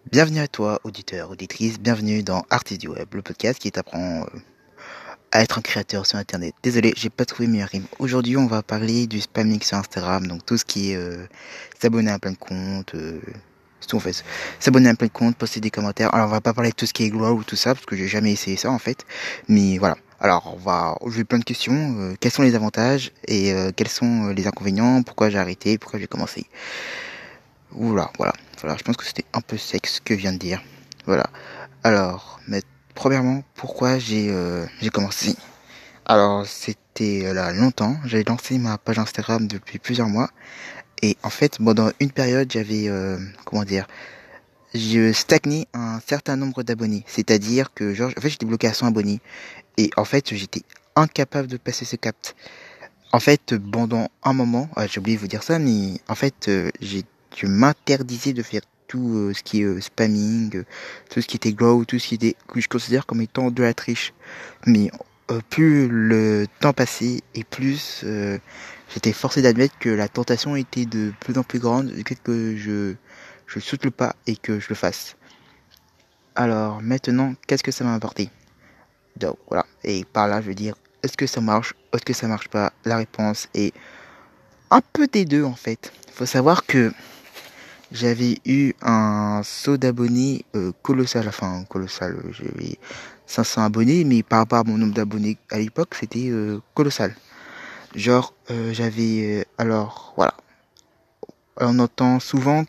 Bienvenue à toi, auditeur, auditrice, bienvenue dans Artistes du Web, le podcast qui t'apprend à être un créateur sur Internet. Désolé, j'ai pas trouvé meilleure rime. Aujourd'hui, on va parler du spamming sur Instagram, donc tout ce qui est s'abonner à plein de comptes, c'est tout en fait. S'abonner à plein de comptes, poster des commentaires. Alors, on va pas parler de tout ce qui est glow ou tout ça, parce que j'ai jamais essayé ça en fait. Mais voilà. Alors, j'ai plein de questions. Quels sont les avantages et quels sont les inconvénients? Pourquoi j'ai arrêté? Pourquoi j'ai commencé? Oula, voilà. Voilà, je pense que c'était un peu sec ce que je viens de dire. Voilà. Alors, mais premièrement, pourquoi j'ai commencé? Alors, c'était là longtemps. J'avais lancé ma page Instagram depuis plusieurs mois. Et en fait, pendant une période, comment dire, je stagnais un certain nombre d'abonnés. C'est-à-dire que, genre, en fait, j'étais bloqué à 100 abonnés. Et en fait, j'étais incapable de passer ce cap. En fait, pendant un moment, j'ai oublié de vous dire ça, mais en fait, je m'interdisais de faire tout ce qui est spamming, tout ce qui était grow, tout ce qui était que je considère comme étant de la triche. Mais plus le temps passait et plus j'étais forcé d'admettre que la tentation était de plus en plus grande, que je saute le pas et que je le fasse. Alors maintenant, qu'est-ce que ça m'a apporté? Donc voilà. Et par là, je veux dire, est-ce que ça marche? Est-ce que ça marche pas? La réponse est un peu des deux en fait. Il faut savoir que j'avais eu un saut d'abonnés colossal, enfin colossal, j'avais 500 abonnés, mais par rapport à mon nombre d'abonnés à l'époque, c'était colossal. Genre, alors voilà, on entend souvent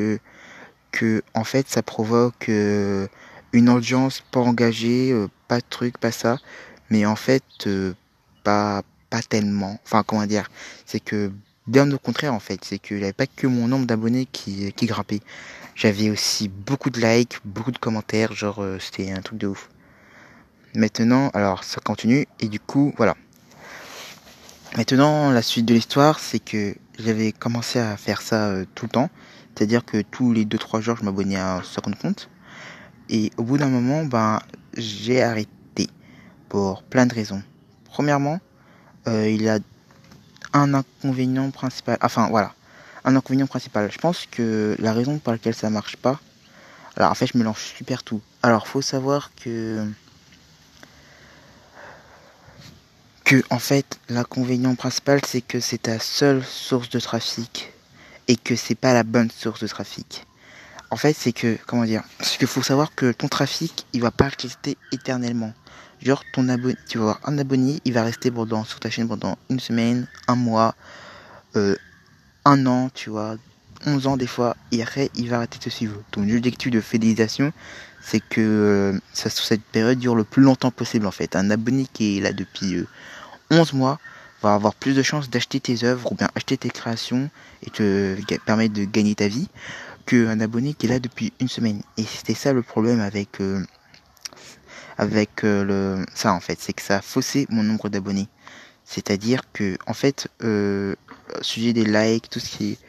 que en fait ça provoque une audience pas engagée, pas de truc, pas ça, mais en fait pas tellement. Enfin comment dire, c'est que bien au contraire en fait, c'est que j'avais pas que mon nombre d'abonnés qui grimpait. J'avais aussi beaucoup de likes, beaucoup de commentaires, genre c'était un truc de ouf. Maintenant, alors ça continue et du coup voilà. Maintenant la suite de l'histoire c'est que j'avais commencé à faire ça tout le temps. C'est-à-dire que tous les 2-3 jours je m'abonnais à un 50 comptes. Et au bout d'un moment, ben, j'ai arrêté pour plein de raisons. Premièrement, il y a un inconvénient principal. Enfin, voilà. Un inconvénient principal. Je pense que la raison pour laquelle ça marche pas. Alors, en fait, je mélange super tout. Alors, faut savoir que en fait, l'inconvénient principal, c'est que c'est ta seule source de trafic et que c'est pas la bonne source de trafic. En fait, c'est que, comment dire, c'est qu'il faut savoir que ton trafic, il va pas rester éternellement. Genre, ton abonné, tu vas avoir un abonné, il va rester sur ta chaîne pendant une semaine, un mois, euh, un an, tu vois, 11 ans des fois, et après, il va arrêter de te suivre. Ton objectif de fidélisation, c'est que cette période dure le plus longtemps possible, en fait. Un abonné qui est là depuis 11 mois va avoir plus de chances d'acheter tes œuvres ou bien acheter tes créations et te permettre de gagner ta vie qu'un abonné qui est là depuis une semaine. Et c'était ça le problème avec ça en fait, c'est que ça a faussé mon nombre d'abonnés. C'est-à-dire que en fait, au sujet des likes, tout ce qui est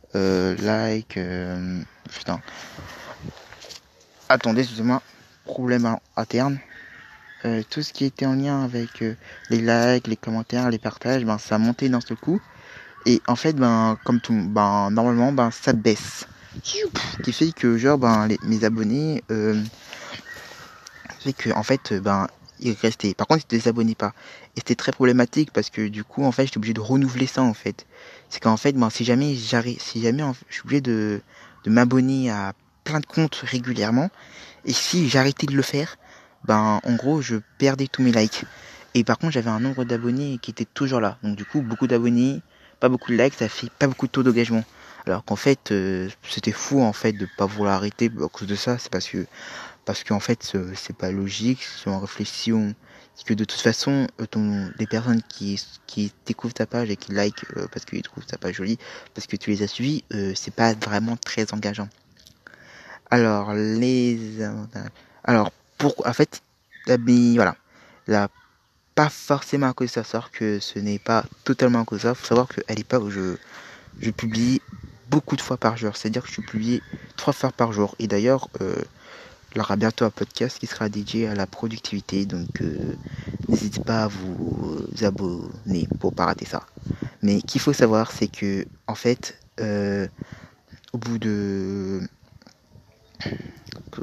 putain, attendez, excusez-moi, problème interne. Tout ce qui était en lien avec les likes, les commentaires, les partages, ben ça a monté d'un seul coup. Et en fait, ben comme tout, ben normalement, ben ça baisse. Ce qui fait que genre ben mes abonnés fait que en fait ben il restait, par contre il ne désabonnait pas et c'était très problématique parce que du coup en fait j'étais obligé de renouveler ça en fait. C'est qu'en fait ben si jamais je suis obligé de m'abonner à plein de comptes régulièrement et si j'arrêtais de le faire, ben en gros je perdais tous mes likes. Et par contre j'avais un nombre d'abonnés qui était toujours là, donc du coup beaucoup d'abonnés, pas beaucoup de likes, ça fait pas beaucoup de taux d'engagement. Alors qu'en fait c'était fou en fait de pas vouloir arrêter à cause de ça. C'est parce qu'en fait c'est pas logique si on réfléchit, c'est que de toute façon les personnes qui découvrent ta page et qui like parce qu'ils trouvent ta page jolie, parce que tu les as suivis, c'est pas vraiment très engageant. Alors les avantages, alors pour en fait voilà, là, pas forcément à cause de ça, sort que ce n'est pas totalement à cause de ça. Faut savoir qu'à l'époque je publie beaucoup de fois par jour, c'est-à-dire que je publie 3 fois par jour. Et d'ailleurs il y aura bientôt un podcast qui sera dédié à la productivité, donc n'hésitez pas à vous abonner pour pas rater ça. Mais qu'il faut savoir, c'est que en fait, au bout de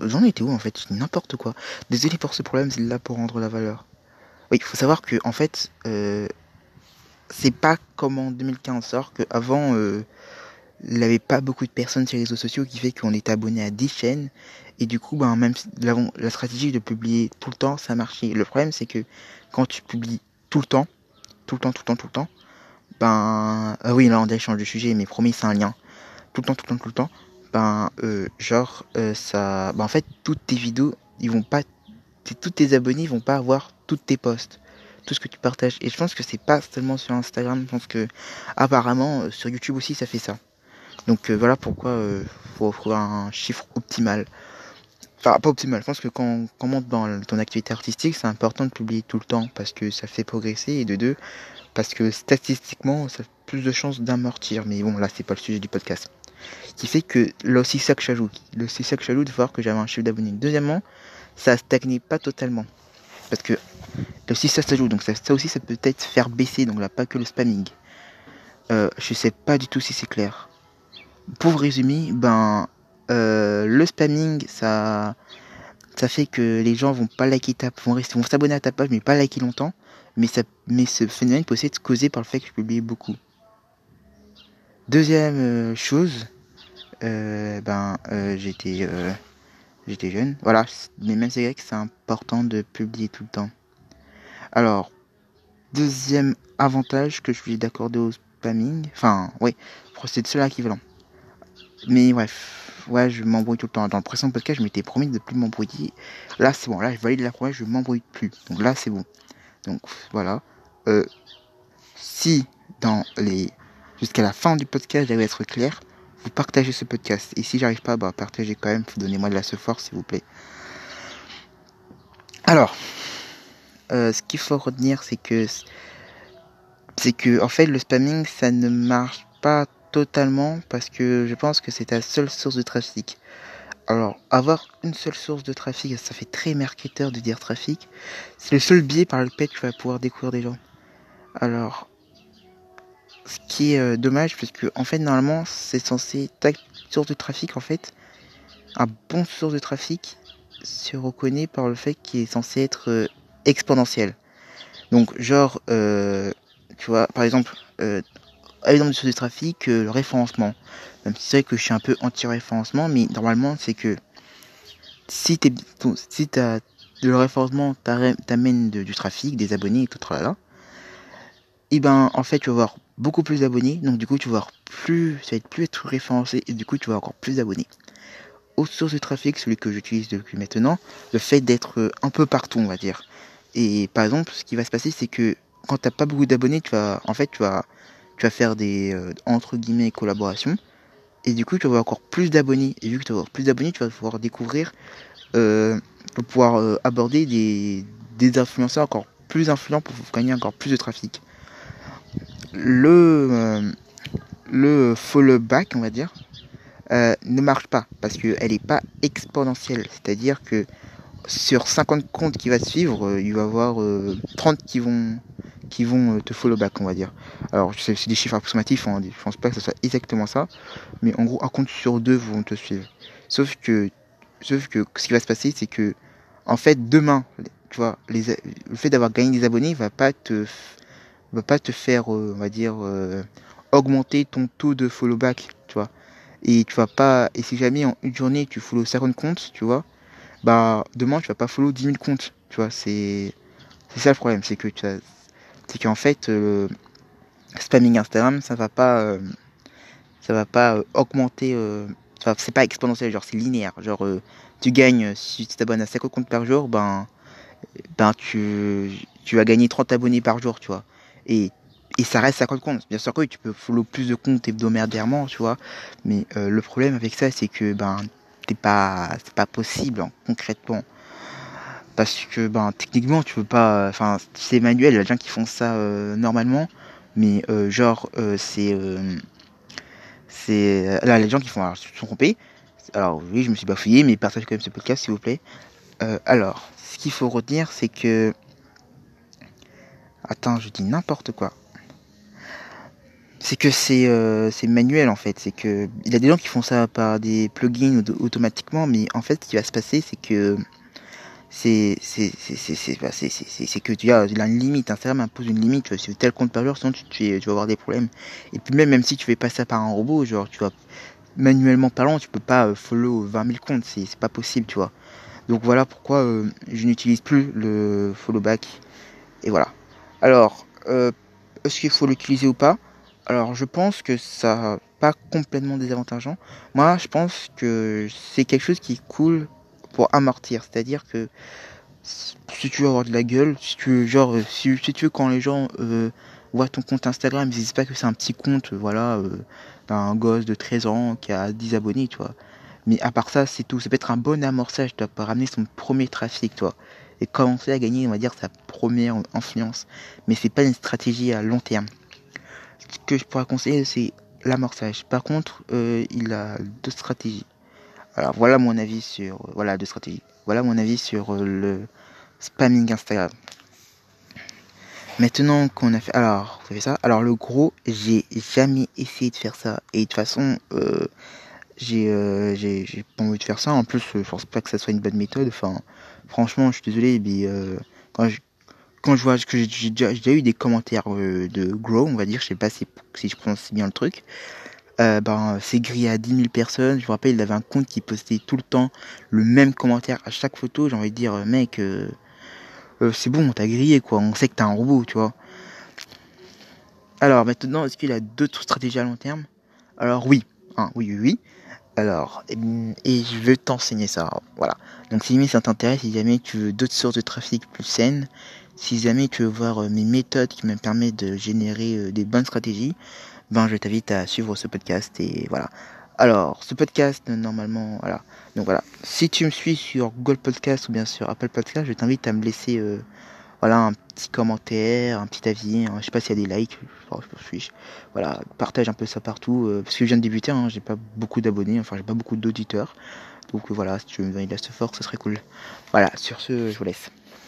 j'en étais où en fait? Je dis n'importe quoi. Désolé pour ce problème, c'est là pour rendre la valeur. Oui, il faut savoir que en fait, c'est pas comme en 2015 sort qu'avant, il n'y avait pas beaucoup de personnes sur les réseaux sociaux qui fait qu'on était abonné à 10 chaînes. Et du coup, ben, même si la stratégie de publier tout le temps, ça marchait. Le problème, c'est que quand tu publies tout le temps, tout le temps, tout le temps, tout le temps, ben, oui, là, on change de sujet, mais promis, c'est un lien. Tout le temps, tout le temps, tout le temps, ben, ça, ben, en fait, toutes tes vidéos, ils vont pas, tous tes abonnés vont pas avoir toutes tes posts, tout ce que tu partages. Et je pense que c'est pas seulement sur Instagram, je pense que, apparemment, sur YouTube aussi, ça fait ça. Donc voilà pourquoi faut trouver un chiffre optimal. Enfin, pas optimal. Je pense que quand on monte dans ton activité artistique, c'est important de publier tout le temps parce que ça fait progresser et de deux, parce que statistiquement, ça a plus de chances d'amortir. Mais bon, là, c'est pas le sujet du podcast. Qui fait que là aussi, ça que j'ajoute. Là aussi, ça que j'ajoute de voir que j'avais un chiffre d'abonnés. Deuxièmement, ça stagne pas totalement. Parce que là aussi, ça s'ajoute. Donc ça aussi, ça peut peut-être faire baisser. Donc là, pas que le spamming. Je sais pas du tout si c'est clair. Pour résumer, ben, le spamming, ça fait que les gens vont pas liker vont s'abonner à ta page, mais pas liker longtemps. Mais ce phénomène peut aussi être causé par le fait que je publie beaucoup. Deuxième chose, j'étais jeune, voilà, mais même c'est vrai que c'est important de publier tout le temps. Alors, deuxième avantage que je suis d'accorder au spamming, enfin, oui, c'est de cela équivalent. Mais bref, ouais, je m'embrouille tout le temps. Dans le précédent podcast, je m'étais promis de ne plus m'embrouiller. Là, c'est bon. Là, je valide la promesse, je m'embrouille plus. Donc là, c'est bon. Donc voilà. Si jusqu'à la fin du podcast, j'arrive à être clair, vous partagez ce podcast. Et si j'arrive pas, bah partagez quand même. Donnez-moi de la force, s'il vous plaît. Alors, ce qu'il faut retenir, c'est que en fait, le spamming, ça ne marche pas totalement parce que je pense que c'est ta seule source de trafic. Alors, avoir une seule source de trafic, ça fait très marketeur de dire trafic. C'est le seul biais par lequel tu vas pouvoir découvrir des gens. Alors, ce qui est dommage, parce que en fait, normalement, c'est censé ta source de trafic, en fait, un bon source de trafic se reconnaît par le fait qu'il est censé être exponentiel. Donc, genre, tu vois, par exemple, exemple de source de trafic, le référencement. Même si c'est vrai que je suis un peu anti-référencement, mais normalement, c'est que si le référencement t'amène du trafic, des abonnés et tout là, et ben en fait tu vas avoir beaucoup plus d'abonnés, donc du coup tu vas avoir ça va être plus être référencé et du coup tu vas avoir encore plus d'abonnés. Autre source de trafic, celui que j'utilise depuis maintenant, le fait d'être un peu partout, on va dire. Et par exemple, ce qui va se passer, c'est que quand t'as pas beaucoup d'abonnés, tu vas faire des entre guillemets collaborations. Et du coup, tu vas avoir encore plus d'abonnés. Et vu que tu vas avoir plus d'abonnés, tu vas pouvoir découvrir pour pouvoir aborder des influenceurs encore plus influents pour gagner encore plus de trafic. Le follow back, on va dire, ne marche pas parce qu'elle n'est pas exponentielle. C'est-à-dire que sur 50 comptes qui va suivre, il va y avoir 30 qui vont te follow back, on va dire. Alors c'est des chiffres approximatifs, hein, je pense pas que ce soit exactement ça, mais en gros un compte sur deux vont te suivre. Sauf que ce qui va se passer, c'est que en fait demain, tu vois, le fait d'avoir gagné des abonnés va pas te faire, on va dire, augmenter ton taux de follow back, tu vois. Et tu vas pas, et si jamais en une journée tu follow 50 comptes, tu vois, bah demain tu vas pas follow 10 000 comptes, tu vois. C'est ça le problème, c'est que c'est qu'en fait spamming Instagram, ça va pas augmenter, c'est pas exponentiel, genre c'est linéaire, genre tu gagnes, si tu t'abonnes à 50 comptes par jour, ben tu vas gagner 30 abonnés par jour, tu vois. Et ça reste 50 comptes. Bien sûr que oui, tu peux follow plus de comptes hebdomadairement, tu vois. Mais le problème avec ça, c'est que c'est pas possible hein, concrètement. Parce que techniquement, tu peux pas. Enfin, c'est manuel, il y a des gens qui font ça normalement. Mais là, les gens qui font. Alors, se sont trompés. Alors, oui, je me suis bafouillé, mais partagez quand même ce podcast, s'il vous plaît. Alors, ce qu'il faut retenir, c'est que. Attends, je dis n'importe quoi. C'est que c'est manuel en fait. C'est que il y a des gens qui font ça par des plugins automatiquement, mais en fait, ce qui va se passer, c'est que c'est que tu as il a une limite. Instagram impose une limite. Tu vas suivre tel compte par jour, sinon tu vas avoir des problèmes. Et puis même si tu fais pas ça par un robot, genre tu vas manuellement parlant, tu peux pas follow 20 000 comptes. C'est pas possible, tu vois. Donc voilà pourquoi je n'utilise plus le follow back. Et voilà. Alors, est-ce qu'il faut l'utiliser ou pas? Alors, je pense que ça n'a pas complètement désavantageant. Moi, je pense que c'est quelque chose qui est cool pour amortir. C'est-à-dire que si tu veux avoir de la gueule, si tu veux, genre, si tu veux quand les gens voient ton compte Instagram, ils disent pas que c'est un petit compte, voilà, d'un gosse de 13 ans qui a 10 abonnés, tu vois. Mais à part ça, c'est tout. Ça peut être un bon amorçage, tu vois, pour ramener son premier trafic, toi. Et commencer à gagner, on va dire, sa première influence. Mais c'est pas une stratégie à long terme. Ce que je pourrais conseiller, c'est l'amorçage. Par contre, il a deux stratégies. Alors voilà mon avis sur voilà deux stratégies. Voilà mon avis sur le spamming Instagram. Maintenant qu'on a fait alors vous savez ça. Alors le gros, j'ai jamais essayé de faire ça et de toute façon j'ai pas envie de faire ça. En plus, je pense pas que ça soit une bonne méthode. Enfin, franchement, je suis désolé, mais quand je quand je vois que j'ai déjà eu des commentaires de Grow, on va dire, je sais pas si je prononce bien le truc. Ben, c'est grillé à 10 000 personnes. Je me rappelle, il avait un compte qui postait tout le temps le même commentaire à chaque photo. J'ai envie de dire, mec, c'est bon, on t'a grillé, quoi. On sait que t'es un robot, tu vois. Alors, maintenant, est-ce qu'il a d'autres stratégies à long terme? Alors, oui. Hein, oui, oui, oui. Alors, et je veux t'enseigner ça. Voilà. Donc, si jamais ça t'intéresse, si jamais tu veux d'autres sources de trafic plus saines, si jamais tu veux voir mes méthodes qui me permettent de générer des bonnes stratégies, ben je t'invite à suivre ce podcast et voilà. Alors, ce podcast, normalement, voilà. Donc voilà. Si tu me suis sur Google Podcast ou bien sur Apple Podcast, je t'invite à me laisser voilà, un petit commentaire, un petit avis, hein, je sais pas s'il y a des likes, je suis, voilà, partage un peu ça partout, parce que je viens de débuter, hein, j'ai pas beaucoup d'abonnés, enfin j'ai pas beaucoup d'auditeurs, donc voilà, si tu veux me donner de la force, ce serait cool. Voilà, sur ce, je vous laisse.